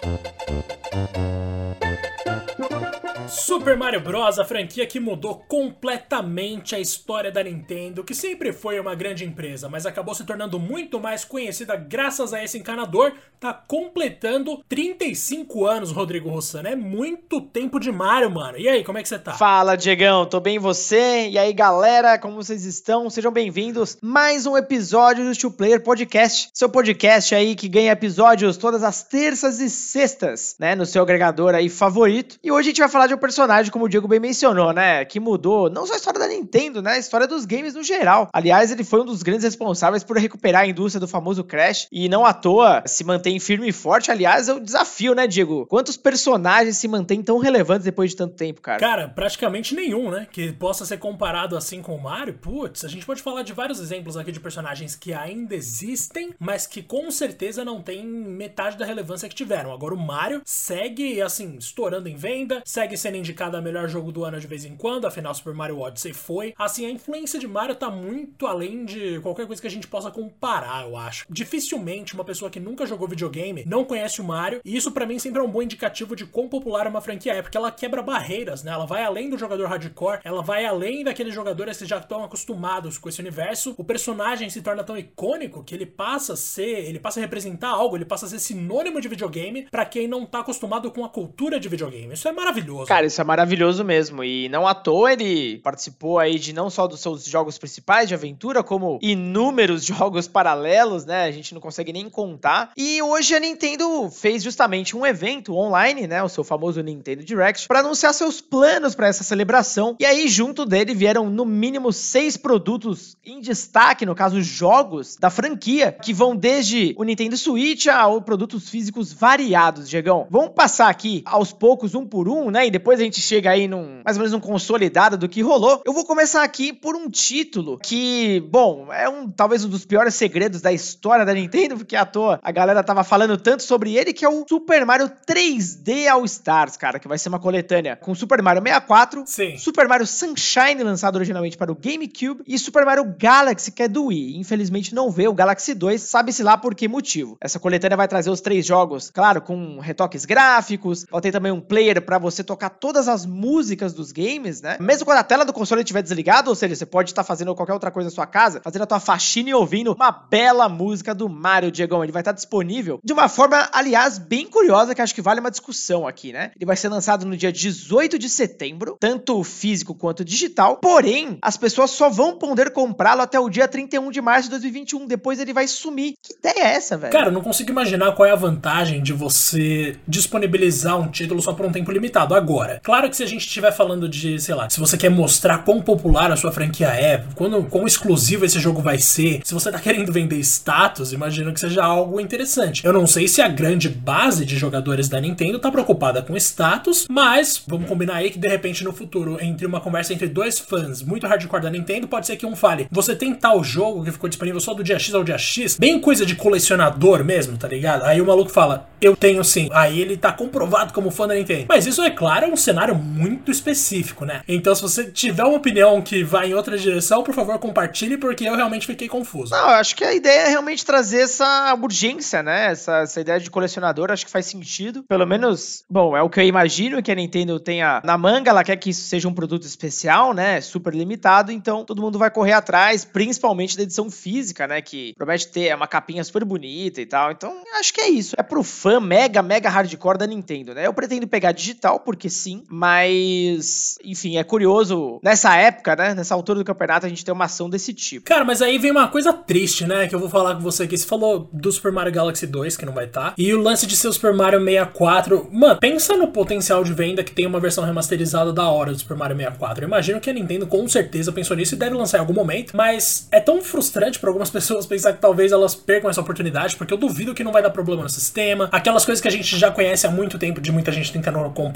Super Mario Bros, a franquia que mudou completamente a história da Nintendo, que sempre foi uma grande empresa, mas acabou se tornando muito mais conhecida graças a esse encanador, tá completando 35 anos, Rodrigo Rossano. É muito tempo de Mario, mano. E aí, como é que você tá? Fala, Diegão, tô bem, e você? E aí, galera, como vocês estão? Sejam bem-vindos a mais um episódio do Two Player Podcast, seu podcast aí que ganha episódios todas as terças e sextas, né, no seu agregador aí favorito. E hoje a gente vai falar de um personagem, como o Diego bem mencionou, né, que mudou não só a história da Nintendo, né, a história dos games no geral. Aliás, ele foi um dos grandes responsáveis por recuperar a indústria do famoso Crash e não à toa se mantém firme e forte. Aliás, é um desafio, né, Diego? Quantos personagens se mantêm tão relevantes depois de tanto tempo, cara? Cara, praticamente nenhum, né, que possa ser comparado assim com o Mario. Putz, a gente pode falar de vários exemplos aqui de personagens que ainda existem, mas que com certeza não tem metade da relevância que tiveram. Agora o Mario segue, assim, estourando em venda, segue sendo indicado a melhor jogo do ano de vez em quando, afinal Super Mario Odyssey foi. Assim, a influência de Mario tá muito além de qualquer coisa que a gente possa comparar, eu acho. Dificilmente uma pessoa que nunca jogou videogame não conhece o Mario, e isso pra mim sempre é um bom indicativo de quão popular uma franquia é, porque ela quebra barreiras, né? Ela vai além do jogador hardcore, ela vai além daqueles jogadores que já estão acostumados com esse universo. O personagem se torna tão icônico que ele passa a representar algo, ele passa a ser sinônimo de videogame pra quem não tá acostumado com a cultura de videogame. Isso é maravilhoso. Cara, isso é maravilhoso mesmo, e não à toa ele participou aí de não só dos seus jogos principais de aventura, como inúmeros jogos paralelos, né, a gente não consegue nem contar, e hoje a Nintendo fez justamente um evento online, né, o seu famoso Nintendo Direct, para anunciar seus planos para essa celebração, e aí junto dele vieram no mínimo 6 produtos em destaque, no caso jogos da franquia, que vão desde o Nintendo Switch a produtos físicos variados, Diegão. Vamos passar aqui aos poucos, um por um, né, e depois a gente chega aí mais ou menos num consolidado do que rolou. Eu vou começar aqui por um título que, bom, é talvez um dos piores segredos da história da Nintendo, porque à toa a galera tava falando tanto sobre ele, que é o Super Mario 3D All Stars, cara, que vai ser uma coletânea com Super Mario 64, Sim. Super Mario Sunshine, lançado originalmente para o GameCube, e Super Mario Galaxy, que é do Wii. Infelizmente não veio o Galaxy 2, sabe-se lá por que motivo. Essa coletânea vai trazer os 3 jogos, claro, com retoques gráficos, vai ter também um player para você tocar todas as músicas dos games, né? Mesmo quando a tela do console estiver desligada, ou seja, você pode estar fazendo qualquer outra coisa na sua casa, fazendo a tua faxina e ouvindo uma bela música do Mario, Diegão. Ele vai estar disponível de uma forma, aliás, bem curiosa, que acho que vale uma discussão aqui, né? Ele vai ser lançado no dia 18 de setembro, tanto físico quanto digital, porém, as pessoas só vão poder comprá-lo até o dia 31 de março de 2021, depois ele vai sumir. Que ideia é essa, velho? Cara, eu não consigo imaginar qual é a vantagem de você disponibilizar um título só por um tempo limitado. Agora, claro que se a gente estiver falando de, sei lá, se você quer mostrar quão popular a sua franquia é, quão exclusivo esse jogo vai ser, se você tá querendo vender status, imagino que seja algo interessante. Eu não sei se a grande base de jogadores da Nintendo tá preocupada com status, mas vamos combinar aí que de repente no futuro, entre uma conversa entre dois fãs muito hardcore da Nintendo, pode ser que um fale, você tem tal jogo que ficou disponível só do dia X ao dia X, bem coisa de colecionador mesmo, tá ligado? Aí o maluco fala, eu tenho sim. Aí ele tá comprovado como fã da Nintendo. Mas isso, é claro, é um cenário muito específico, né? Então se você tiver uma opinião que vai em outra direção, por favor, compartilhe, porque eu realmente fiquei confuso. Não, eu acho que a ideia é realmente trazer essa urgência, né? Essa ideia de colecionador, acho que faz sentido. Pelo menos, bom, é o que eu imagino que a Nintendo tenha na manga. Ela quer que isso seja um produto especial, né? Super limitado, então todo mundo vai correr atrás, principalmente da edição física, né? Que promete ter uma capinha super bonita e tal. Então, acho que é isso. É pro fã mega hardcore da Nintendo, né? Eu pretendo pegar digital, porque sim, mas, enfim, é curioso nessa época, né? Nessa altura do campeonato, a gente ter uma ação desse tipo. Cara, mas aí vem uma coisa triste, né? Que eu vou falar com você aqui. Você falou do Super Mario Galaxy 2, que não vai estar. E o lance de ser o Super Mario 64. Mano, pensa no potencial de venda que tem uma versão remasterizada da hora do Super Mario 64. Eu imagino que a Nintendo com certeza pensou nisso e deve lançar em algum momento. Mas é tão frustrante pra algumas pessoas pensar que talvez elas percam essa oportunidade, porque eu duvido que não vai dar problema no sistema. Aquelas coisas que a gente já conhece há muito tempo, de muita gente tentando comprar no mesmo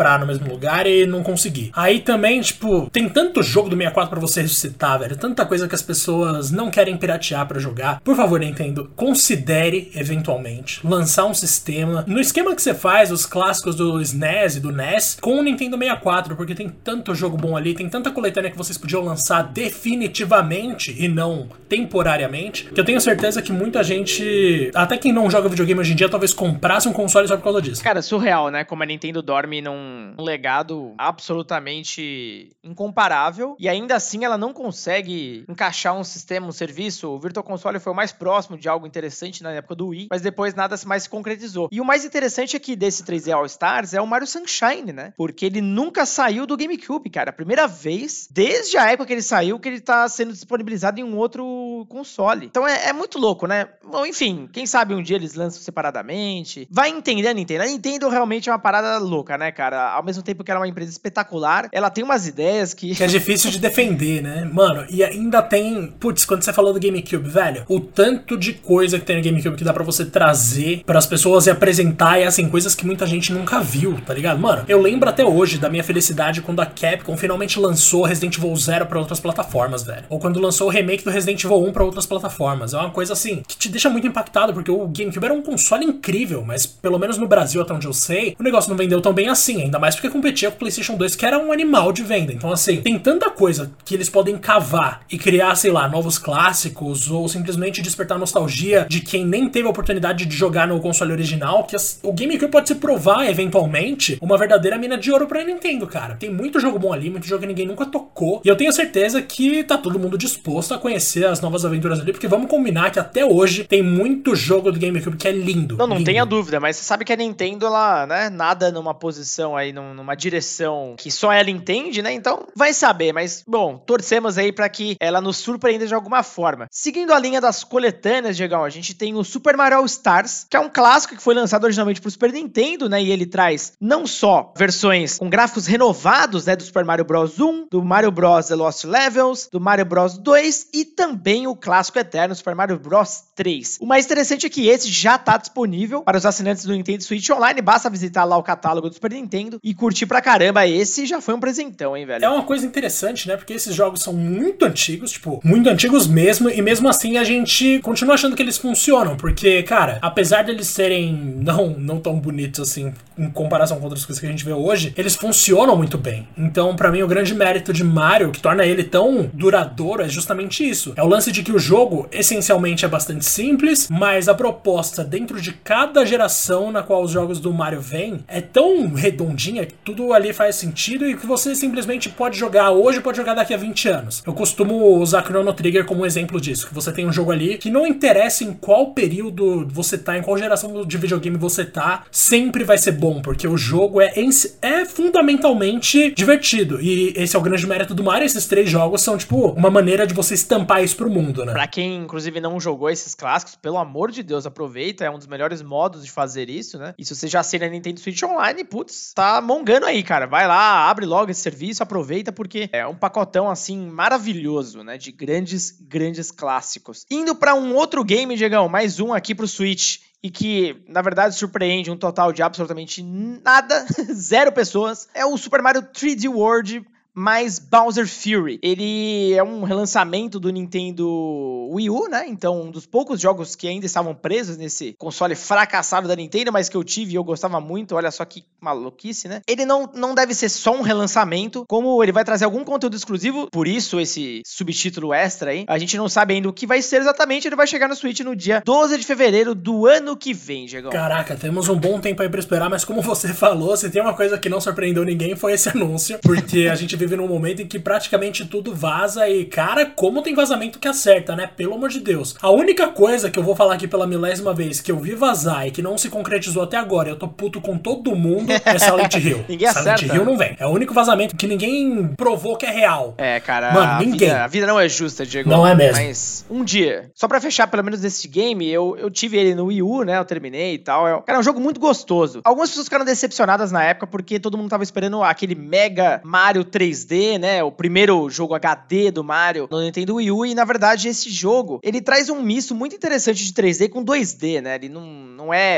último lugar e não consegui. Aí também, tipo, tem tanto jogo do 64 pra você ressuscitar, velho. Tanta coisa que as pessoas não querem piratear pra jogar. Por favor, Nintendo, considere, eventualmente, lançar um sistema, no esquema que você faz, os clássicos do SNES e do NES, com o Nintendo 64, porque tem tanto jogo bom ali, tem tanta coletânea que vocês podiam lançar definitivamente e não temporariamente, que eu tenho certeza que muita gente, até quem não joga videogame hoje em dia, talvez comprasse um console só por causa disso. Cara, surreal, né? Como a Nintendo dorme num legado absolutamente incomparável e ainda assim ela não consegue encaixar um sistema, um serviço. O Virtual Console foi o mais próximo de algo interessante na época do Wii, mas depois nada mais se concretizou. E o mais interessante é que desse 3D All Stars é o Mario Sunshine, né? Porque ele nunca saiu do GameCube, cara. A primeira vez, desde a época que ele saiu, que ele tá sendo disponibilizado em um outro console. Então é muito louco, né? Bom, enfim, quem sabe um dia eles lançam separadamente. Vai entender a Nintendo. A Nintendo realmente é uma parada louca, né, cara? Ao mesmo tempo que ela é uma empresa espetacular, ela tem umas ideias que é difícil de defender, né? Mano, e ainda tem... Putz, quando você falou do GameCube, velho, o tanto de coisa que tem no GameCube que dá pra você trazer pras pessoas e apresentar, e assim, coisas que muita gente nunca viu, tá ligado? Mano, eu lembro até hoje da minha felicidade quando a Capcom finalmente lançou Resident Evil 0 pra outras plataformas, velho. Ou quando lançou o remake do Resident Evil 1 pra outras plataformas. É uma coisa, assim, que te deixa muito impactado, porque o GameCube era um console incrível, mas pelo menos no Brasil, até onde eu sei, o negócio não vendeu tão bem assim, ainda mais porque competia com o PlayStation 2, que era um animal de venda. Então, assim, tem tanta coisa que eles podem cavar e criar, sei lá, novos clássicos, ou simplesmente despertar nostalgia de quem nem teve a oportunidade de jogar no console original, que o GameCube pode se provar, eventualmente, uma verdadeira mina de ouro pra Nintendo, cara. Tem muito jogo bom ali, muito jogo que ninguém nunca tocou, e eu tenho certeza que tá todo mundo disposto a conhecer as novas aventuras ali, porque vamos combinar que até hoje tem muito jogo do GameCube que é lindo. Não lindo. tenha dúvida, mas você sabe que a Nintendo, ela, né, nada numa posição aí, numa direção que só ela entende, né? Então, vai saber, mas, bom, torcemos aí pra que ela nos surpreenda de alguma forma. Seguindo a linha das coletâneas, Diegão, a gente tem o Super Mario All Stars, que é um clássico que foi lançado originalmente pro Super Nintendo, né? E ele traz não só versões com gráficos renovados, né, do Super Mario Bros 1, do Mario Bros The Lost Levels, do Mario Bros 2 e também o clássico eterno Super Mario Bros 3. O mais interessante é que esse já tá disponível para os assinantes do Nintendo Switch Online, basta visitar lá o catálogo do Super Nintendo e curtir pra caramba. Esse já foi um presentão, hein, velho? É uma coisa interessante, né, porque esses jogos são muito antigos, tipo, muito antigos mesmo, e mesmo assim a gente continua achando que eles funcionam, porque, cara, apesar deles serem não tão bonitos assim, em comparação com outras coisas que a gente vê hoje, eles funcionam muito bem. Então, pra mim, o grande mérito de Mario, que torna ele tão duradouro, é justamente isso. É o lance de que o jogo, essencialmente, é bastante simples, mas a proposta dentro de cada geração na qual os jogos do Mario vêm é tão redondinha que tudo ali faz sentido e que você simplesmente pode jogar hoje, pode jogar daqui a 20 anos. Eu costumo usar Chrono Trigger como um exemplo disso, que você tem um jogo ali que não interessa em qual período você tá, em qual geração de videogame você tá, sempre vai ser bom, porque o jogo é fundamentalmente divertido. E esse é o grande mérito do Mario. Esses 3 jogos são, tipo, uma maneira de você estampar isso pro mundo, né? Pra quem, inclusive, não jogou esses clássicos, pelo amor de Deus, aproveita. É um dos melhores modos de fazer isso, né? E se você já assina a Nintendo Switch Online, putz, tá mongando aí, cara. Vai lá, abre logo esse serviço, aproveita, porque é um pacotão, assim, maravilhoso, né? De grandes clássicos. Indo pra um outro game, Diegão, mais um aqui pro Switch. E que, na verdade, surpreende um total de absolutamente nada, 0 pessoas, é o Super Mario 3D World mais Bowser Fury. Ele é um relançamento do Nintendo Wii U, né? Então, um dos poucos jogos que ainda estavam presos nesse console fracassado da Nintendo, mas que eu tive e eu gostava muito. Olha só que maluquice, né? Ele não deve ser só um relançamento, como ele vai trazer algum conteúdo exclusivo, por isso esse subtítulo extra aí. A gente não sabe ainda o que vai ser exatamente, ele vai chegar no Switch no dia 12 de fevereiro do ano que vem, Diegão. Caraca, temos um bom tempo aí pra esperar, mas como você falou, se tem uma coisa que não surpreendeu ninguém foi esse anúncio, porque a gente vive num momento em que praticamente tudo vaza e, cara, como tem vazamento que acerta, né? Pelo amor de Deus. A única coisa que eu vou falar aqui pela milésima vez que eu vi vazar e que não se concretizou até agora, eu tô puto com todo mundo, é Silent Hill. Ninguém acerta. Silent Hill não vem. É o único vazamento que ninguém provou que é real. É, cara, mano, ninguém. A vida não é justa, Diego. Não é mesmo. Mas um dia, só pra fechar pelo menos desse game, eu tive ele no Wii U, né? Eu terminei e tal. Cara, é um jogo muito gostoso. Algumas pessoas ficaram decepcionadas na época porque todo mundo tava esperando aquele mega Mario 3D, né? O primeiro jogo HD do Mario no Nintendo Wii U. E na verdade esse jogo, ele traz um misto muito interessante de 3D com 2D, né? Ele não é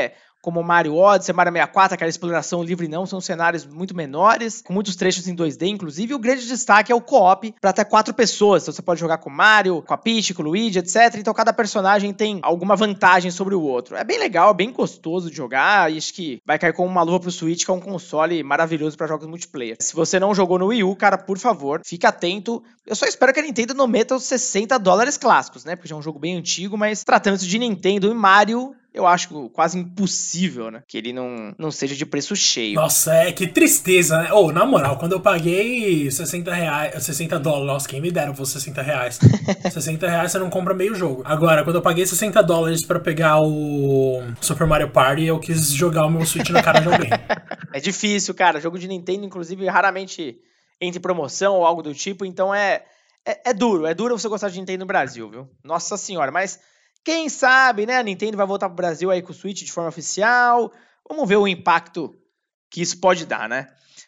como Mario Odyssey, Mario 64, aquela exploração livre não, são cenários muito menores, com muitos trechos em 2D, inclusive, e o grande destaque é o co-op para até 4 pessoas, então você pode jogar com o Mario, com a Peach, com o Luigi, etc, então cada personagem tem alguma vantagem sobre o outro. É bem legal, é bem gostoso de jogar, e acho que vai cair como uma luva pro Switch, que é um console maravilhoso para jogos multiplayer. Se você não jogou no Wii U, cara, por favor, fique atento. Eu só espero que a Nintendo não meta os $60 clássicos, né, porque já é um jogo bem antigo, mas tratando-se de Nintendo e Mario, eu acho quase impossível, né? Que ele não seja de preço cheio. Nossa, que tristeza, né? Na moral, quando eu paguei $60, nossa, quem me deram por $60? $60 você não compra meio jogo. Agora, quando eu paguei $60 pra pegar o Super Mario Party, eu quis jogar o meu Switch na cara de alguém. É difícil, cara. Jogo de Nintendo, inclusive, raramente entra em promoção ou algo do tipo, então é duro você gostar de Nintendo no Brasil, viu? Nossa senhora, mas quem sabe, né, a Nintendo vai voltar pro Brasil aí com o Switch de forma oficial. Vamos ver o impacto que isso pode dar, né?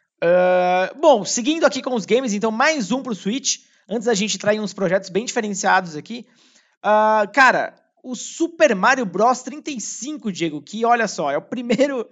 Bom, seguindo aqui com os games, então mais um pro Switch. Antes da gente entrar em uns projetos bem diferenciados aqui. Cara, o Super Mario Bros 35, Diego, que olha só, é o primeiro...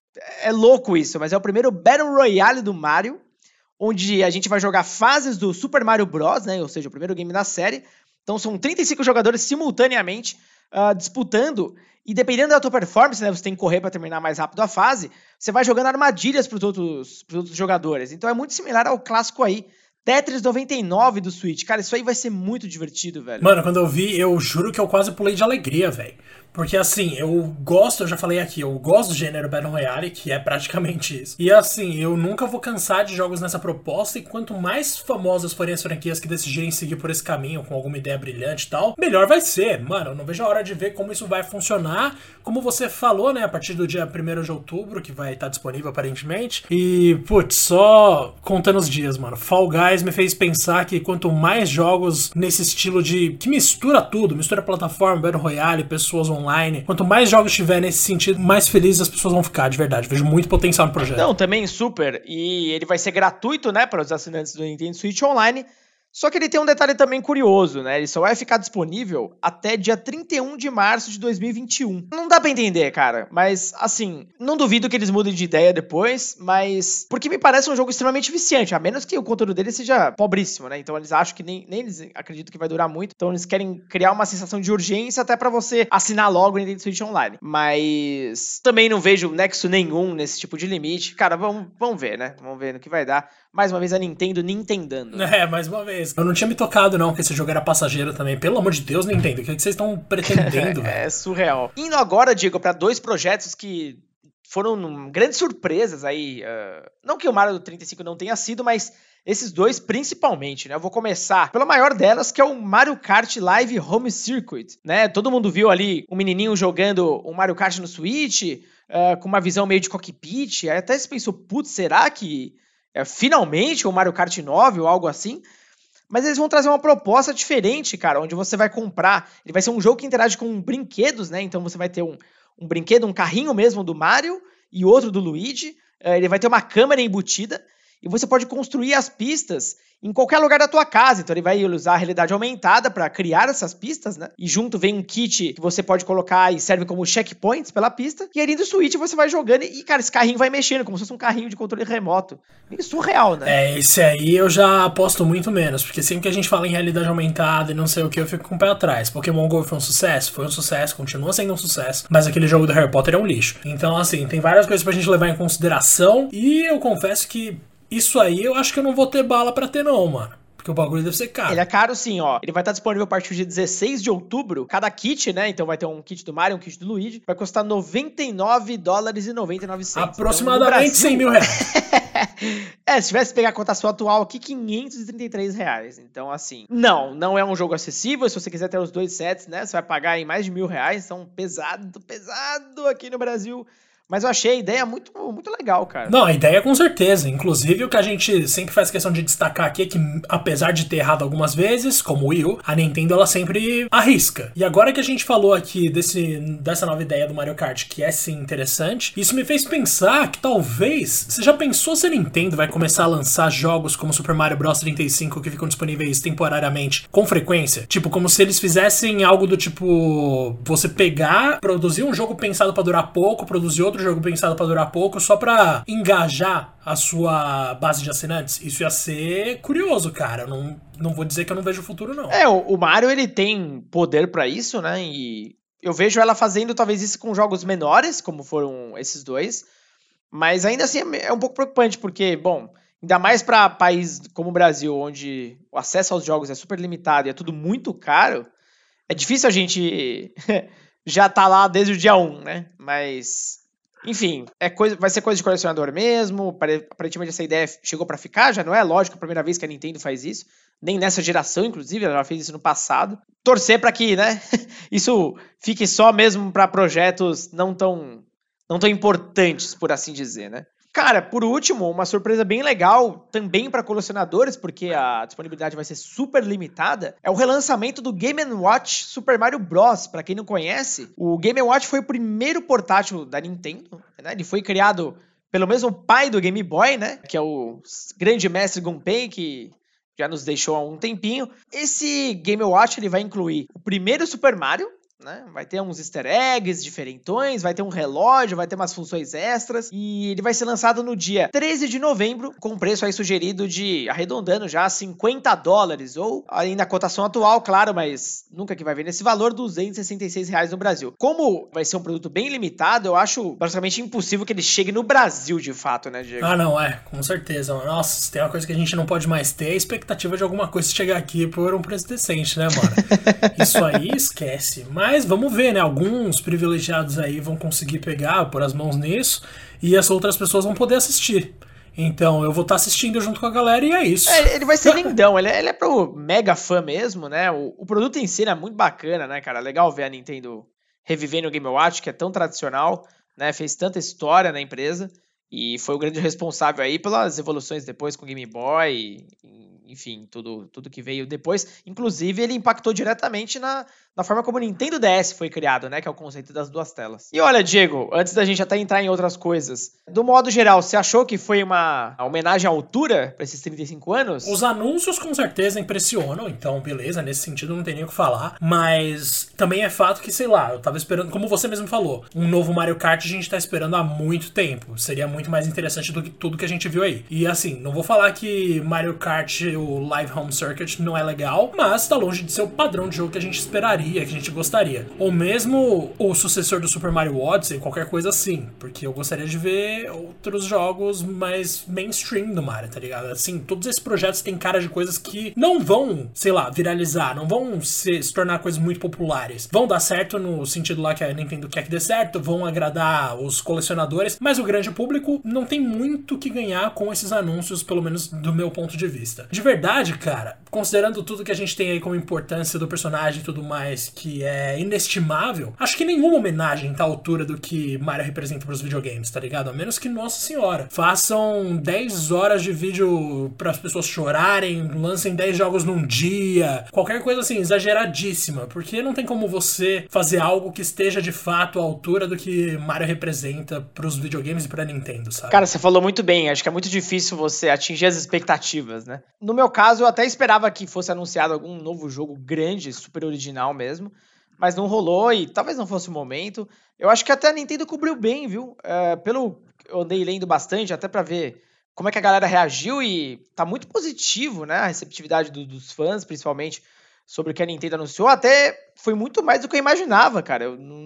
É louco isso, mas é o primeiro Battle Royale do Mario, onde a gente vai jogar fases do Super Mario Bros, né? Ou seja, o primeiro game da série. Então são 35 jogadores simultaneamente disputando, e dependendo da tua performance, né, você tem que correr para terminar mais rápido a fase, você vai jogando armadilhas para os outros jogadores. Então é muito similar ao clássico aí, Tetris 99 do Switch. Cara, isso aí vai ser muito divertido, velho. Mano, quando eu vi, eu juro que eu quase pulei de alegria, velho. Porque assim, eu já falei aqui, eu gosto do gênero Battle Royale, que é praticamente isso. E assim, eu nunca vou cansar de jogos nessa proposta, e quanto mais famosas forem as franquias que decidirem seguir por esse caminho, com alguma ideia brilhante e tal, melhor vai ser. Mano, eu não vejo a hora de ver como isso vai funcionar. Como você falou, né, a partir do dia 1º de outubro, que vai estar disponível aparentemente. E, putz, só contando os dias, mano. Fall Guys me fez pensar que quanto mais jogos nesse estilo que mistura tudo, mistura plataforma, Battle Royale, pessoas online, quanto mais jogos tiver nesse sentido, mais felizes as pessoas vão ficar, de verdade. Vejo muito potencial no projeto. Não, também super. E ele vai ser gratuito, né, para os assinantes do Nintendo Switch Online. Só que ele tem um detalhe também curioso, né? Ele só vai ficar disponível até dia 31 de março de 2021. Não dá pra entender, cara. Mas, assim, não duvido que eles mudem de ideia depois, mas... Porque me parece um jogo extremamente viciante, a menos que o conteúdo dele seja pobríssimo, né? Então eles acham que nem eles acreditam que vai durar muito. Então eles querem criar uma sensação de urgência até pra você assinar logo o Nintendo Switch Online. Mas também não vejo nexo nenhum nesse tipo de limite. Cara, vamos ver, né? Vamos ver no que vai dar. Mais uma vez a Nintendo nintendando. Mais uma vez. Eu não tinha me tocado, não, que esse jogo era passageiro também. Pelo amor de Deus, Nintendo. O que vocês estão pretendendo, velho? É surreal. Indo agora, Diego, para 2 projetos que foram grandes surpresas aí. Não que o Mario 35 não tenha sido, mas esses 2 principalmente, né? Eu vou começar pela maior delas, que é o Mario Kart Live Home Circuit, né? Todo mundo viu ali um menininho jogando o Mario Kart no Switch, com uma visão meio de cockpit. Aí até se pensou, putz, será que finalmente o Mario Kart 9 ou algo assim? Mas eles vão trazer uma proposta diferente, cara, onde você vai comprar... Ele vai ser um jogo que interage com brinquedos, né? Então você vai ter um brinquedo, um carrinho mesmo do Mario e outro do Luigi. Ele vai ter uma câmera embutida e você pode construir as pistas em qualquer lugar da tua casa. Então ele vai usar a realidade aumentada para criar essas pistas, né? E junto vem um kit que você pode colocar e serve como checkpoints pela pista. E ali do Switch você vai jogando e, cara, esse carrinho vai mexendo, como se fosse um carrinho de controle remoto. Meio surreal, né? Esse aí eu já aposto muito menos, porque sempre que a gente fala em realidade aumentada e não sei o que, eu fico com o pé atrás. Pokémon GO foi um sucesso, continua sendo um sucesso, mas aquele jogo do Harry Potter é um lixo. Então, assim, tem várias coisas pra gente levar em consideração, e eu confesso que isso aí eu acho que eu não vou ter bala pra ter não, mano. Porque o bagulho deve ser caro. Ele é caro sim, ó. Ele vai estar disponível a partir de 16 de outubro. Cada kit, né? Então vai ter um kit do Mario, um kit do Luigi. Vai custar $99,99. Aproximadamente então, 100 mil reais. Se tivesse que pegar a cotação atual aqui, R$533. Então, assim, não é um jogo acessível. Se você quiser ter os 2 sets, né? Você vai pagar em mais de R$1.000. Então, pesado aqui no Brasil. mas eu achei a ideia muito, muito legal, cara. Não, a ideia com certeza. Inclusive, o que a gente sempre faz questão de destacar aqui é que, apesar de ter errado algumas vezes, como o Wii U, a Nintendo, ela sempre arrisca. E agora que a gente falou aqui dessa nova ideia do Mario Kart, que é sim interessante, isso me fez pensar que talvez... Você já pensou se a Nintendo vai começar a lançar jogos como Super Mario Bros 35 que ficam disponíveis temporariamente, com frequência? Tipo, como se eles fizessem algo do tipo... Você pegar, produzir um jogo pensado pra durar pouco, produzir outro jogo pensado pra durar pouco, só pra engajar a sua base de assinantes. Isso ia ser curioso, cara. Não vou dizer que eu não vejo o futuro, não. O Mario, ele tem poder pra isso, né? E eu vejo ela fazendo talvez isso com jogos menores, como foram esses dois. Mas ainda assim é um pouco preocupante, porque, bom, ainda mais pra país como o Brasil, onde o acesso aos jogos é super limitado e é tudo muito caro, é difícil a gente já tá lá desde o dia 1, né? Mas, enfim, vai ser coisa de colecionador mesmo. Aparentemente essa ideia chegou pra ficar, já não é lógico a primeira vez que a Nintendo faz isso. Nem nessa geração, inclusive, ela fez isso no passado. Torcer pra que, né, isso fique só mesmo pra projetos não tão importantes, por assim dizer, né? Cara, por último, uma surpresa bem legal também para colecionadores, porque a disponibilidade vai ser super limitada, é o relançamento do Game & Watch Super Mario Bros. Para quem não conhece, o Game & Watch foi o primeiro portátil da Nintendo, né? Ele foi criado pelo mesmo pai do Game Boy, né? Que é o grande mestre Gunpei, que já nos deixou há um tempinho. Esse Game & Watch ele vai incluir o primeiro Super Mario, né? Vai ter uns easter eggs diferentões, vai ter um relógio, vai ter umas funções extras, e ele vai ser lançado no dia 13 de novembro, com preço aí sugerido de, arredondando já, $50, ou aí na cotação atual, claro, mas nunca que vai ver nesse valor, R$266 no Brasil. Como vai ser um produto bem limitado, eu acho basicamente impossível que ele chegue no Brasil de fato, né, Diego? Ah, não, com certeza. Nossa, se tem uma coisa que a gente não pode mais ter, é a expectativa de alguma coisa chegar aqui por um preço decente, né, mano? Isso aí esquece. Mas vamos ver, né? Alguns privilegiados aí vão conseguir pegar, pôr as mãos nisso, e as outras pessoas vão poder assistir. Então, eu vou estar assistindo junto com a galera e é isso. Ele vai ser lindão, ele é pro mega fã mesmo, né? O produto em si é muito bacana, né, cara? Legal ver a Nintendo revivendo o Game & Watch, que é tão tradicional, né? Fez tanta história na empresa e foi o grande responsável aí pelas evoluções depois com o Game Boy, enfim, tudo que veio depois. Inclusive, ele impactou diretamente na forma como o Nintendo DS foi criado, né? Que é o conceito das duas telas. E olha, Diego, antes da gente até entrar em outras coisas, do modo geral, você achou que foi uma homenagem à altura para esses 35 anos? Os anúncios com certeza impressionam, então beleza, nesse sentido não tem nem o que falar, mas também é fato que, sei lá, eu tava esperando, como você mesmo falou, um novo Mario Kart a gente tá esperando há muito tempo, seria muito mais interessante do que tudo que a gente viu aí. E assim, não vou falar que Mario Kart, o Live Home Circuit, não é legal, mas tá longe de ser o padrão de jogo que a gente esperaria, que a gente gostaria. Ou mesmo o sucessor do Super Mario Odyssey, qualquer coisa assim, porque eu gostaria de ver outros jogos mais mainstream do Mario, tá ligado? Assim, todos esses projetos têm cara de coisas que não vão, sei lá, viralizar, não vão se tornar coisas muito populares. Vão dar certo no sentido lá que a Nintendo quer que dê certo, vão agradar os colecionadores, mas o grande público não tem muito que ganhar com esses anúncios, pelo menos do meu ponto de vista. De verdade, cara, considerando tudo que a gente tem aí como importância do personagem e tudo mais, que é inestimável, acho que nenhuma homenagem tá à altura do que Mario representa pros videogames, tá ligado? A menos que, nossa senhora, façam 10 horas de vídeo pras pessoas chorarem, lancem 10 jogos num dia, qualquer coisa assim, exageradíssima, porque não tem como você fazer algo que esteja de fato à altura do que Mario representa pros videogames e pra Nintendo, sabe? Cara, você falou muito bem, acho que é muito difícil você atingir as expectativas, né? No meu caso, eu até esperava que fosse anunciado algum novo jogo grande, super original mesmo, mas não rolou e talvez não fosse o momento. Eu acho que até a Nintendo cobriu bem, viu? Eu andei lendo bastante, até pra ver como é que a galera reagiu e tá muito positivo, né? A receptividade dos fãs, principalmente, sobre o que a Nintendo anunciou. Até foi muito mais do que eu imaginava, cara.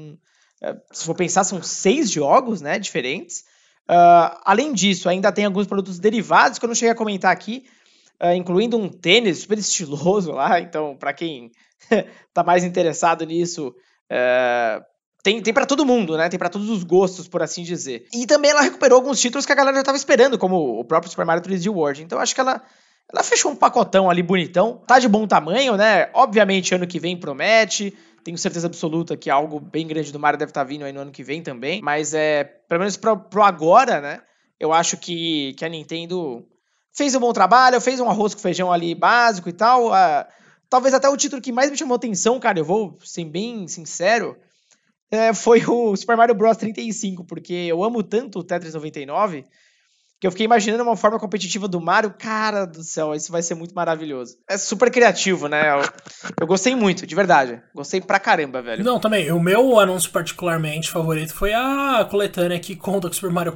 Se for pensar, são 6 jogos, né, diferentes. Além disso, ainda tem alguns produtos derivados que eu não cheguei a comentar aqui, incluindo um tênis super estiloso lá. Então, pra quem tá mais interessado nisso, tem pra todo mundo, né? Tem pra todos os gostos, por assim dizer. E também ela recuperou alguns títulos que a galera já tava esperando, como o próprio Super Mario 3D World. Então, acho que ela fechou um pacotão ali bonitão. Tá de bom tamanho, né? Obviamente, ano que vem promete. Tenho certeza absoluta que algo bem grande do Mario deve estar vindo aí no ano que vem também. Mas pelo menos pro agora, né? Eu acho que a Nintendo fez um bom trabalho, fez um arroz com feijão ali básico e tal. Talvez até o título que mais me chamou atenção, cara, eu vou ser bem sincero, foi o Super Mario Bros 35, porque eu amo tanto o Tetris 99 que eu fiquei imaginando uma forma competitiva do Mario. Cara do céu, isso vai ser muito maravilhoso. É super criativo, né? Eu gostei muito, de verdade. Gostei pra caramba, velho. Não, também. O meu anúncio particularmente favorito foi a coletânea que conta com Super Mario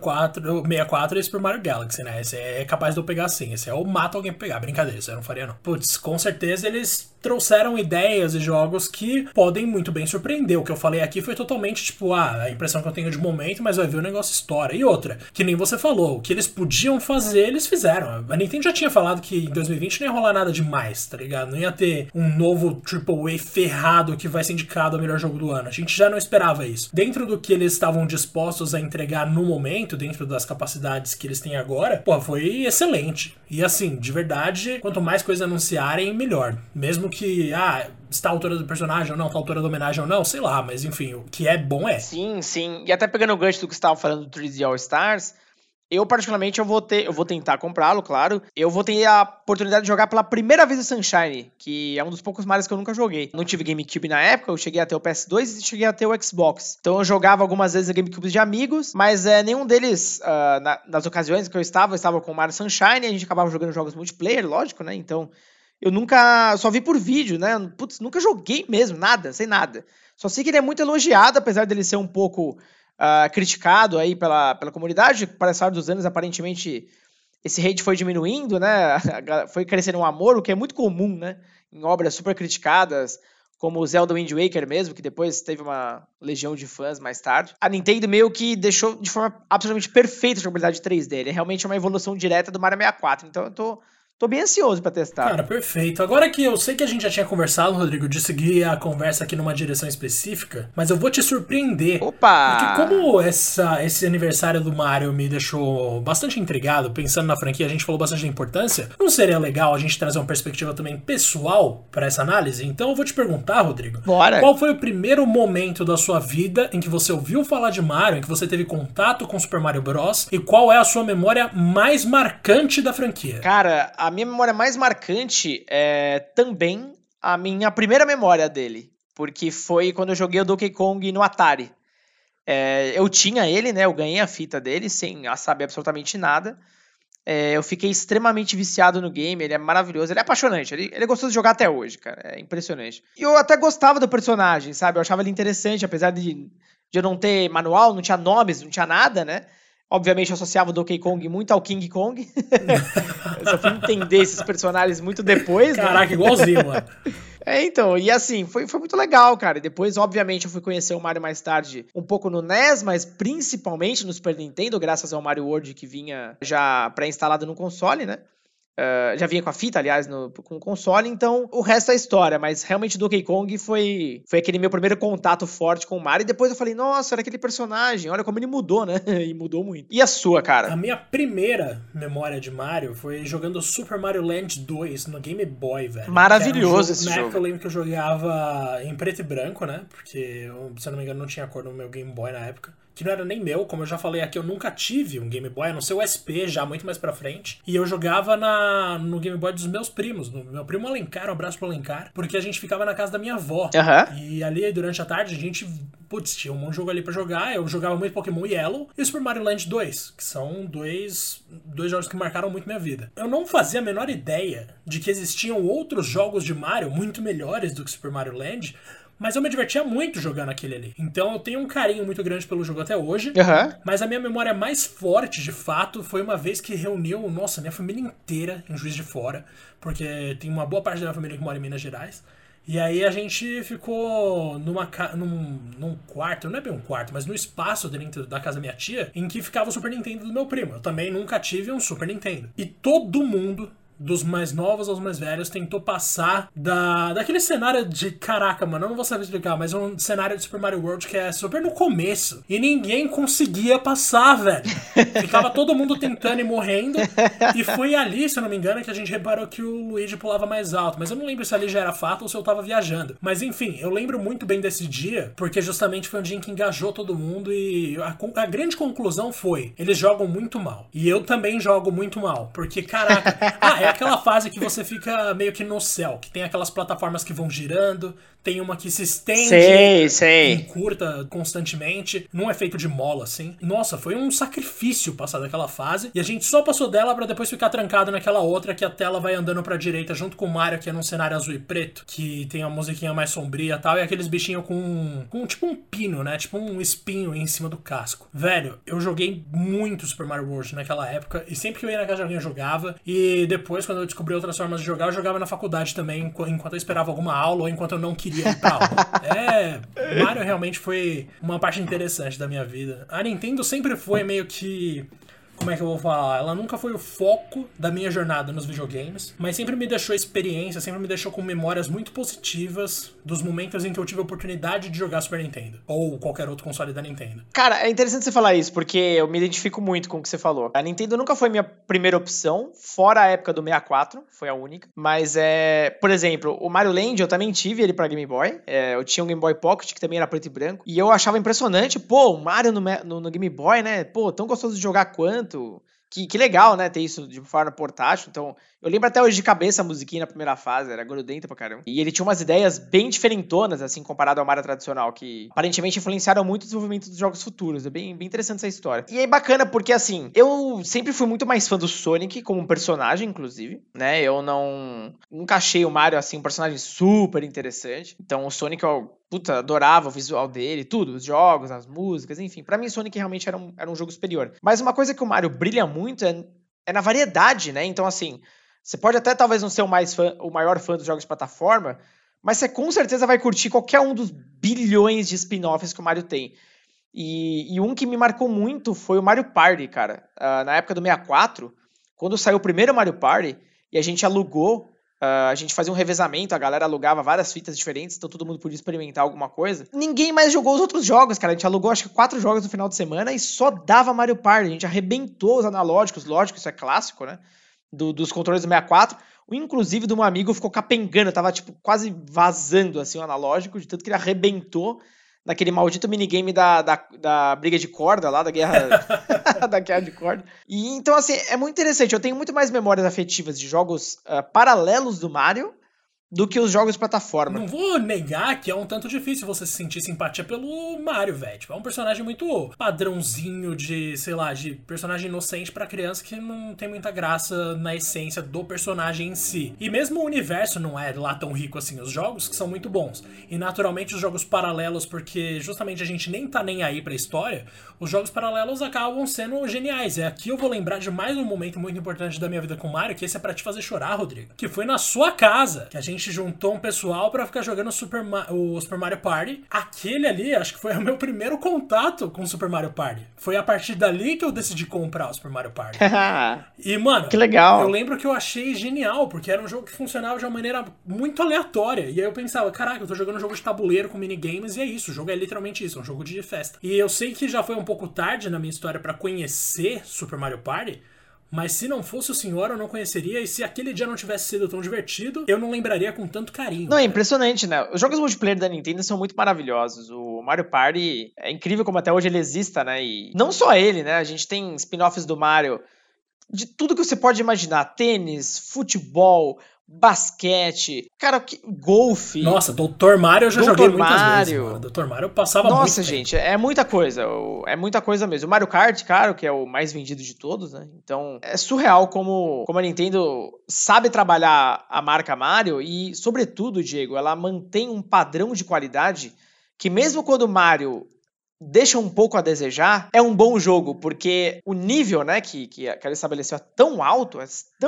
64 e Super Mario Galaxy, né? Esse é capaz de eu pegar sim. Esse eu mato alguém pra pegar. Brincadeira, isso eu não faria não. Putz, com certeza eles trouxeram ideias e jogos que podem muito bem surpreender. O que eu falei aqui foi totalmente, tipo, a impressão que eu tenho de momento, mas vai ver o negócio estoura. E outra, que nem você falou, o que eles podiam fazer, eles fizeram. A Nintendo já tinha falado que em 2020 não ia rolar nada demais, tá ligado? Não ia ter um novo AAA ferrado que vai ser indicado ao melhor jogo do ano. A gente já não esperava isso. Dentro do que eles estavam dispostos a entregar no momento, dentro das capacidades que eles têm agora, pô, foi excelente. E assim, de verdade, quanto mais coisas anunciarem, melhor. Mesmo que, está à altura do personagem ou não, está à altura da homenagem ou não, sei lá, mas enfim, o que é bom é. Sim, sim. E até pegando o gancho do que você estava falando do 3D All Stars, eu particularmente eu vou tentar comprá-lo, claro. Eu vou ter a oportunidade de jogar pela primeira vez o Sunshine, que é um dos poucos Marios que eu nunca joguei. Não tive GameCube na época, eu cheguei a ter o PS2 e cheguei a ter o Xbox. Então eu jogava algumas vezes a GameCube de amigos, mas nenhum deles, nas ocasiões que eu estava com o Mario Sunshine, a gente acabava jogando jogos multiplayer, lógico, né? Então eu só vi por vídeo, né? Putz, nunca joguei mesmo, nada, sem nada. Só sei que ele é muito elogiado, apesar dele ser um pouco criticado aí pela comunidade. Com o passar dos anos, aparentemente, esse hate foi diminuindo, né? Foi crescendo um amor, o que é muito comum, né? Em obras super criticadas, como o Zelda Wind Waker mesmo, que depois teve uma legião de fãs mais tarde. A Nintendo meio que deixou de forma absolutamente perfeita a jogabilidade 3D. Ele é realmente uma evolução direta do Mario 64. Então eu tô bem ansioso pra testar. Cara, perfeito. Agora que eu sei que a gente já tinha conversado, Rodrigo, de seguir a conversa aqui numa direção específica, mas eu vou te surpreender. Opa! Porque como esse aniversário do Mario me deixou bastante intrigado, pensando na franquia, a gente falou bastante da importância, não seria legal a gente trazer uma perspectiva também pessoal pra essa análise? Então eu vou te perguntar, Rodrigo, bora. Qual foi o primeiro momento da sua vida em que você ouviu falar de Mario, em que você teve contato com Super Mario Bros, e qual é a sua memória mais marcante da franquia? Cara, a minha memória mais marcante é também a minha primeira memória dele, porque foi quando eu joguei o Donkey Kong no Atari. Eu tinha ele, né? Eu ganhei a fita dele sem saber absolutamente nada. Eu fiquei extremamente viciado no game, ele é maravilhoso, ele é apaixonante, ele é gostoso de jogar até hoje, cara, é impressionante. E eu até gostava do personagem, sabe? Eu achava ele interessante, apesar de eu não ter manual, não tinha nomes, não tinha nada, né? Obviamente eu associava o Donkey Kong muito ao King Kong. Eu só fui entender esses personagens muito depois. Caraca, né? Igualzinho, mano. Então, e assim, foi muito legal, cara. E depois, obviamente, eu fui conhecer o Mario mais tarde um pouco no NES, mas principalmente no Super Nintendo, graças ao Mario World que vinha já pré-instalado no console, né? Já vinha com a fita, aliás, com o console, então o resto é história, mas realmente Donkey Kong foi aquele meu primeiro contato forte com o Mario, e depois eu falei, nossa, era aquele personagem, olha como ele mudou, né? E mudou muito. E a sua, cara? A minha primeira memória de Mario foi jogando Super Mario Land 2 no Game Boy, velho. Maravilhoso esse jogo. Na época eu lembro que eu jogava em preto e branco, né? Porque, se eu não me engano, não tinha cor no meu Game Boy na época. Que não era nem meu, como eu já falei aqui, eu nunca tive um Game Boy, a não ser o SP, já muito mais pra frente. E eu jogava no Game Boy dos meus primos, no meu primo Alencar, um abraço pro Alencar, porque a gente ficava na casa da minha avó. Uhum. E ali, durante a tarde, a gente, tinha um monte de jogo ali pra jogar. Eu jogava muito Pokémon Yellow e Super Mario Land 2, que são dois jogos que marcaram muito minha vida. Eu não fazia a menor ideia de que existiam outros jogos de Mario muito melhores do que Super Mario Land, mas eu me divertia muito jogando aquele ali. Então eu tenho um carinho muito grande pelo jogo até hoje. Uhum. Mas a minha memória mais forte, de fato, foi uma vez que reuniu, minha família inteira em Juiz de Fora. Porque tem uma boa parte da minha família que mora em Minas Gerais. E aí a gente ficou num quarto, não é bem um quarto, mas no espaço dentro da casa da minha tia, em que ficava o Super Nintendo do meu primo. Eu também nunca tive um Super Nintendo. E todo mundo dos mais novos aos mais velhos, tentou passar daquele cenário de... Caraca, mano, eu não vou saber explicar, mas um cenário de Super Mario World que é super no começo. E ninguém conseguia passar, velho. Ficava todo mundo tentando e morrendo. E foi ali, se eu não me engano, que a gente reparou que o Luigi pulava mais alto. Mas eu não lembro se ali já era fato ou se eu tava viajando. Mas enfim, eu lembro muito bem desse dia, porque justamente foi um dia em que engajou todo mundo e a grande conclusão foi, eles jogam muito mal. E eu também jogo muito mal. Porque, caraca... é aquela fase que você fica meio que no céu, que tem aquelas plataformas que vão girando, tem uma que se estende encurta constantemente, não é feito de mola, assim. Nossa, foi um sacrifício passar daquela fase, e a gente só passou dela pra depois ficar trancado naquela outra que a tela vai andando pra direita junto com o Mario, que é num cenário azul e preto, que tem a musiquinha mais sombria e tal, e aqueles bichinhos com tipo um pino, né? Tipo um espinho em cima do casco. Velho, eu joguei muito Super Mario World naquela época, e sempre que eu ia na casa de alguém eu jogava, e depois, quando eu descobri outras formas de jogar, eu jogava na faculdade também, enquanto eu esperava alguma aula ou enquanto eu não queria ir pra aula. Mario realmente foi uma parte interessante da minha vida. A Nintendo sempre foi meio que... Como é que eu vou falar? Ela nunca foi o foco da minha jornada nos videogames, mas sempre me deixou experiência, sempre me deixou com memórias muito positivas dos momentos em que eu tive a oportunidade de jogar Super Nintendo, ou qualquer outro console da Nintendo. Cara, é interessante você falar isso, porque eu me identifico muito com o que você falou. A Nintendo nunca foi minha primeira opção, fora a época do 64, foi a única. Mas, por exemplo, o Mario Land eu também tive ele pra Game Boy. Eu tinha um Game Boy Pocket, que também era preto e branco, e eu achava impressionante, pô, o Mario no Game Boy, né? Pô, tão gostoso de jogar quanto. Que legal, né, ter isso de forma portátil. Então, eu lembro até hoje de cabeça a musiquinha na primeira fase, era grudenta pra caramba. E ele tinha umas ideias bem diferentonas, assim, comparado ao Mario tradicional, que aparentemente influenciaram muito o desenvolvimento dos jogos futuros. É bem interessante essa história. E é bacana porque, assim, eu sempre fui muito mais fã do Sonic, como personagem, inclusive, né? Eu nunca achei o Mario, assim, um personagem super interessante. Então, o Sonic, puta, adorava o visual dele, tudo, os jogos, as músicas, enfim. Pra mim, Sonic realmente era um jogo superior. Mas uma coisa que o Mario brilha muito é na variedade, né? Então, assim, você pode até talvez não ser o maior fã dos jogos de plataforma, mas você com certeza vai curtir qualquer um dos bilhões de spin-offs que o Mario tem. E um que me marcou muito foi o Mario Party, cara. Na época do 64, quando saiu o primeiro Mario Party, e a gente alugou, a gente fazia um revezamento, a galera alugava várias fitas diferentes, então todo mundo podia experimentar alguma coisa. Ninguém mais jogou os outros jogos, cara. A gente alugou acho que 4 jogos no final de semana e só dava Mario Party. A gente arrebentou os analógicos, lógico, isso é clássico, né? Dos controles do 64. O inclusive do meu amigo ficou capengando, tava tipo quase vazando assim o analógico, de tanto que ele arrebentou naquele maldito minigame da briga de corda lá, da guerra da guerra de corda. E então, assim, é muito interessante. Eu tenho muito mais memórias afetivas de jogos paralelos do Mario do que os jogos de plataforma. Não vou negar que é um tanto difícil você se sentir simpatia pelo Mario, velho. Tipo, é um personagem muito padrãozinho de, sei lá, de personagem inocente pra criança que não tem muita graça na essência do personagem em si. E mesmo o universo não é lá tão rico assim. Os jogos que são muito bons. E naturalmente os jogos paralelos, porque justamente a gente nem tá nem aí pra história, os jogos paralelos acabam sendo geniais. Aqui eu vou lembrar de mais um momento muito importante da minha vida com o Mario, que esse é pra te fazer chorar, Rodrigo. Que foi na sua casa, que a gente juntou um pessoal pra ficar jogando o Super Mario Party. Aquele ali, acho que foi o meu primeiro contato com o Super Mario Party. Foi a partir dali que eu decidi comprar o Super Mario Party. E, mano, que legal. Eu lembro que eu achei genial, porque era um jogo que funcionava de uma maneira muito aleatória. E aí eu pensava, caraca, eu tô jogando um jogo de tabuleiro com minigames e é isso, o jogo é literalmente isso, é um jogo de festa. E eu sei que já foi um pouco tarde na minha história pra conhecer Super Mario Party, mas se não fosse o senhor, eu não conheceria. E se aquele dia não tivesse sido tão divertido, eu não lembraria com tanto carinho. Não, é impressionante, né? Os jogos multiplayer da Nintendo são muito maravilhosos. O Mario Party é incrível como até hoje ele exista, né? E não só ele, né? A gente tem spin-offs do Mario de tudo que você pode imaginar. Tênis, futebol, basquete, cara, golfe. Nossa, Dr. Mario eu já joguei muitas vezes, mano. Dr. Mario eu passava muito tempo. Nossa, gente, é muita coisa. É muita coisa mesmo. O Mario Kart, claro, que é o mais vendido de todos, né? Então, é surreal como a Nintendo sabe trabalhar a marca Mario e, sobretudo, Diego, ela mantém um padrão de qualidade que mesmo quando o Mario deixa um pouco a desejar, é um bom jogo, porque o nível, né, que ela estabeleceu é tão alto,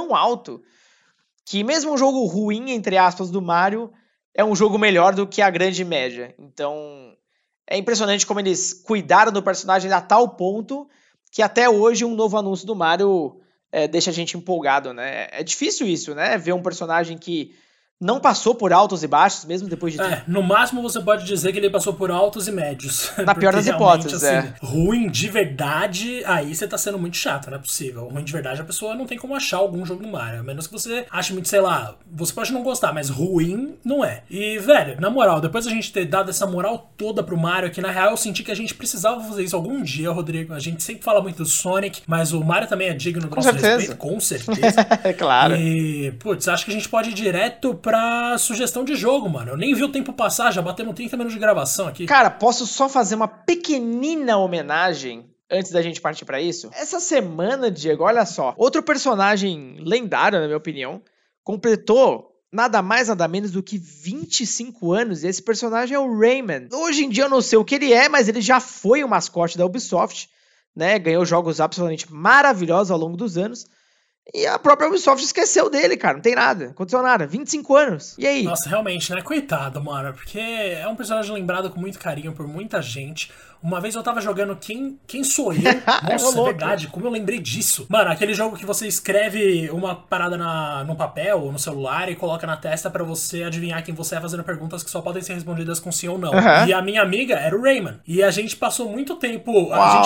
que mesmo um jogo ruim, entre aspas, do Mario, é um jogo melhor do que a grande média. Então, é impressionante como eles cuidaram do personagem a tal ponto que até hoje um novo anúncio do Mario deixa a gente empolgado, né? É difícil isso, né? Ver um personagem que não passou por altos e baixos, mesmo depois de... No máximo você pode dizer que ele passou por altos e médios. Na pior das hipóteses, assim, ruim de verdade, aí você tá sendo muito chato, não é possível. Ruim de verdade, a pessoa não tem como achar algum jogo no Mario. A menos que você ache muito, sei lá, você pode não gostar, mas ruim não é. E, velho, na moral, depois da gente ter dado essa moral toda pro Mario, que na real eu senti que a gente precisava fazer isso algum dia, Rodrigo. A gente sempre fala muito do Sonic, mas o Mario também é digno do nosso respeito, com certeza. É claro. E, putz, acho que a gente pode ir direto pra sugestão de jogo, mano. Eu nem vi o tempo passar, já batemos 30 minutos de gravação aqui. Cara, posso só fazer uma pequenina homenagem antes da gente partir pra isso? Essa semana, Diego, olha só, outro personagem lendário, na minha opinião, completou nada mais, nada menos do que 25 anos, e esse personagem é o Rayman. Hoje em dia eu não sei o que ele é, mas ele já foi o mascote da Ubisoft, né? Ganhou jogos absolutamente maravilhosos ao longo dos anos. E a própria Ubisoft esqueceu dele, cara. Não tem nada. Aconteceu nada. 25 anos. E aí? Nossa, realmente, né? Coitado, mano. Porque é um personagem lembrado com muito carinho por muita gente. Uma vez eu tava jogando Quem Sou Eu? Nossa, é verdade. Como eu lembrei disso. Mano, aquele jogo que você escreve uma parada no papel ou no celular e coloca na testa pra você adivinhar quem você é, fazendo perguntas que só podem ser respondidas com sim ou não. E a minha amiga era o Rayman. E a gente passou muito tempo...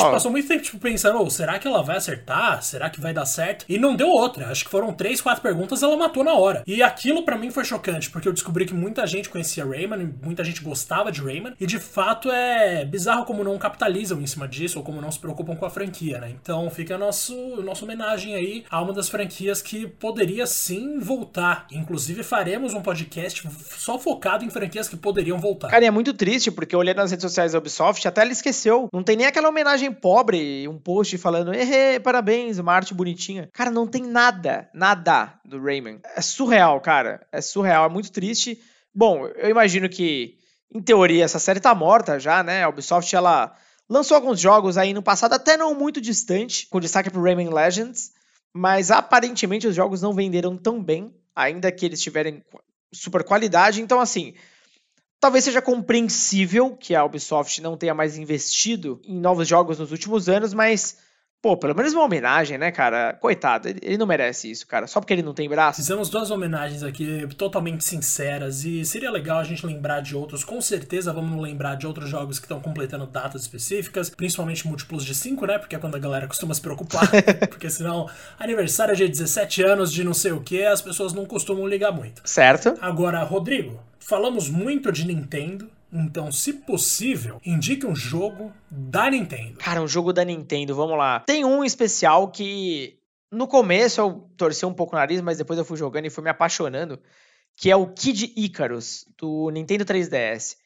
tipo, pensando, será que ela vai acertar? Será que vai dar certo? E não deu outra. Acho que foram 3, 4 perguntas, ela matou na hora. E aquilo pra mim foi chocante, porque eu descobri que muita gente conhecia Rayman, muita gente gostava de Rayman, e de fato é bizarro como não capitalizam em cima disso, ou como não se preocupam com a franquia, né? Então fica a nossa homenagem aí a uma das franquias que poderia sim voltar. Inclusive faremos um podcast só focado em franquias que poderiam voltar. Cara, e é muito triste, porque eu olhei nas redes sociais da Ubisoft, até ela esqueceu. Não tem nem aquela homenagem pobre, um post falando, parabéns, uma arte bonitinha. Cara, não tem nada do Rayman. É surreal, cara. É surreal, é muito triste. Bom, eu imagino que, em teoria, essa série tá morta já, né? A Ubisoft, ela lançou alguns jogos aí no passado, até não muito distante, com destaque pro Rayman Legends, mas aparentemente os jogos não venderam tão bem, ainda que eles tiverem super qualidade. Então, assim, talvez seja compreensível que a Ubisoft não tenha mais investido em novos jogos nos últimos anos, mas... pô, pelo menos uma homenagem, né, cara? Coitado, ele não merece isso, cara. Só porque ele não tem braço. Fizemos 2 homenagens aqui totalmente sinceras e seria legal a gente lembrar de outros. Com certeza vamos lembrar de outros jogos que estão completando datas específicas, principalmente múltiplos de 5, né? Porque é quando a galera costuma se preocupar. Porque senão, aniversário de 17 anos de não sei o que, as pessoas não costumam ligar muito. Certo. Agora, Rodrigo, falamos muito de Nintendo. Então, se possível, indique um jogo da Nintendo. Cara, um jogo da Nintendo, vamos lá. Tem um especial que, no começo, eu torci um pouco o nariz, mas depois eu fui jogando e fui me apaixonando, que é o Kid Icarus, do Nintendo 3DS.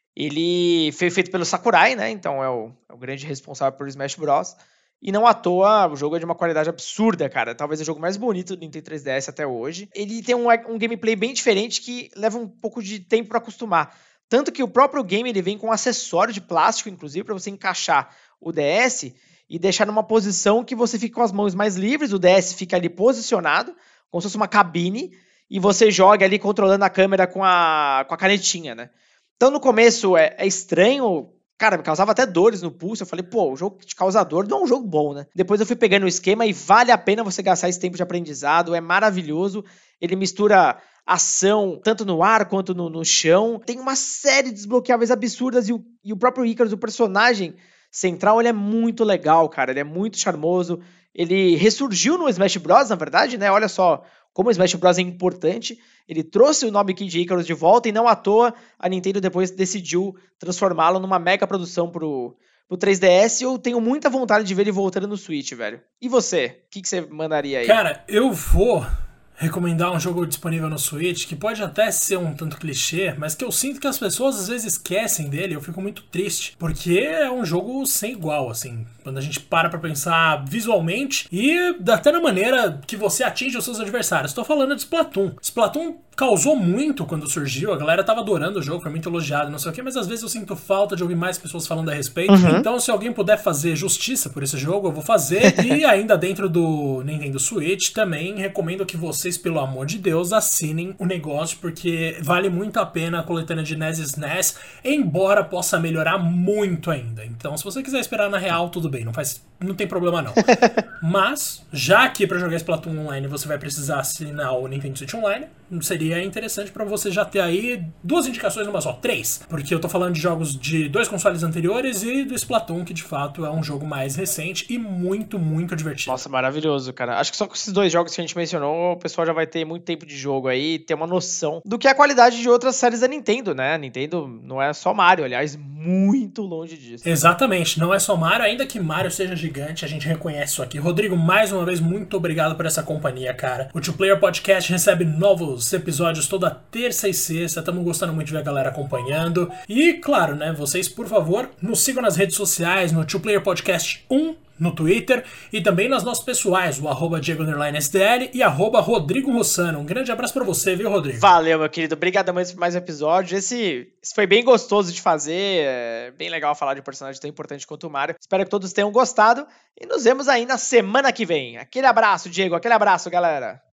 Ele foi feito pelo Sakurai, né? Então é o grande responsável por Smash Bros. E não à toa, o jogo é de uma qualidade absurda, cara. Talvez o jogo mais bonito do Nintendo 3DS até hoje. Ele tem um gameplay bem diferente que leva um pouco de tempo pra acostumar. Tanto que o próprio game ele vem com um acessório de plástico, inclusive, para você encaixar o DS e deixar numa posição que você fica com as mãos mais livres, o DS fica ali posicionado, como se fosse uma cabine, e você joga ali controlando a câmera com a canetinha, né? Então no começo é estranho, cara, me causava até dores no pulso, eu falei, pô, o jogo que te causa dor não é um jogo bom, né? Depois eu fui pegando o esquema e vale a pena você gastar esse tempo de aprendizado, é maravilhoso, ele mistura ação, tanto no ar quanto no chão. Tem uma série de desbloqueáveis absurdas e o próprio Icarus, o personagem central, ele é muito legal, cara. Ele é muito charmoso. Ele ressurgiu no Smash Bros, na verdade, né? Olha só como o Smash Bros é importante. Ele trouxe o nome Kid Icarus de volta e não à toa a Nintendo depois decidiu transformá-lo numa mega produção pro 3DS. Eu tenho muita vontade de ver ele voltando no Switch, velho. E você? O que você mandaria aí? Cara, eu vou recomendar um jogo disponível no Switch, que pode até ser um tanto clichê, mas que eu sinto que as pessoas às vezes esquecem dele, eu fico muito triste, porque é um jogo sem igual, assim, quando a gente para pra pensar visualmente e até na maneira que você atinge os seus adversários. Estou falando de Splatoon. Splatoon causou muito quando surgiu, a galera tava adorando o jogo, foi muito elogiado, não sei o que, mas às vezes eu sinto falta de ouvir mais pessoas falando a respeito. Então, se alguém puder fazer justiça por esse jogo, eu vou fazer. E ainda dentro do Nintendo Switch, também recomendo que vocês, pelo amor de Deus, assinem o negócio, porque vale muito a pena a coletânea de NES e SNES, embora possa melhorar muito ainda. Então, se você quiser esperar na real, tudo bem, não faz não tem problema não. Mas, já que pra jogar Splatoon Online você vai precisar assinar o Nintendo Switch Online, seria interessante pra você já ter aí 2 indicações numa só, 3. Porque eu tô falando de jogos de 2 consoles anteriores e do Splatoon, que de fato é um jogo mais recente e muito, muito divertido. Nossa, maravilhoso, cara. Acho que só com esses 2 jogos que a gente mencionou, o pessoal já vai ter muito tempo de jogo aí, ter uma noção do que é a qualidade de outras séries da Nintendo, né? A Nintendo não é só Mario, aliás, muito longe disso. Exatamente, não é só Mario, ainda que Mario seja gigante, a gente reconhece isso aqui. Rodrigo, mais uma vez, muito obrigado por essa companhia, cara. O Two Player Podcast recebe novos episódios toda terça e sexta, estamos gostando muito de ver a galera acompanhando. E, claro, né, vocês, por favor, nos sigam nas redes sociais, no Two Player Podcast 1, no Twitter, e também nas nossas pessoais, o @Diego_STL e @Rodrigo Rossano. Um grande abraço pra você, viu, Rodrigo? Valeu, meu querido. Obrigado mais por mais um episódio. Esse foi bem gostoso de fazer, é bem legal falar de um personagem tão importante quanto o Mario. Espero que todos tenham gostado e nos vemos aí na semana que vem. Aquele abraço, Diego. Aquele abraço, galera.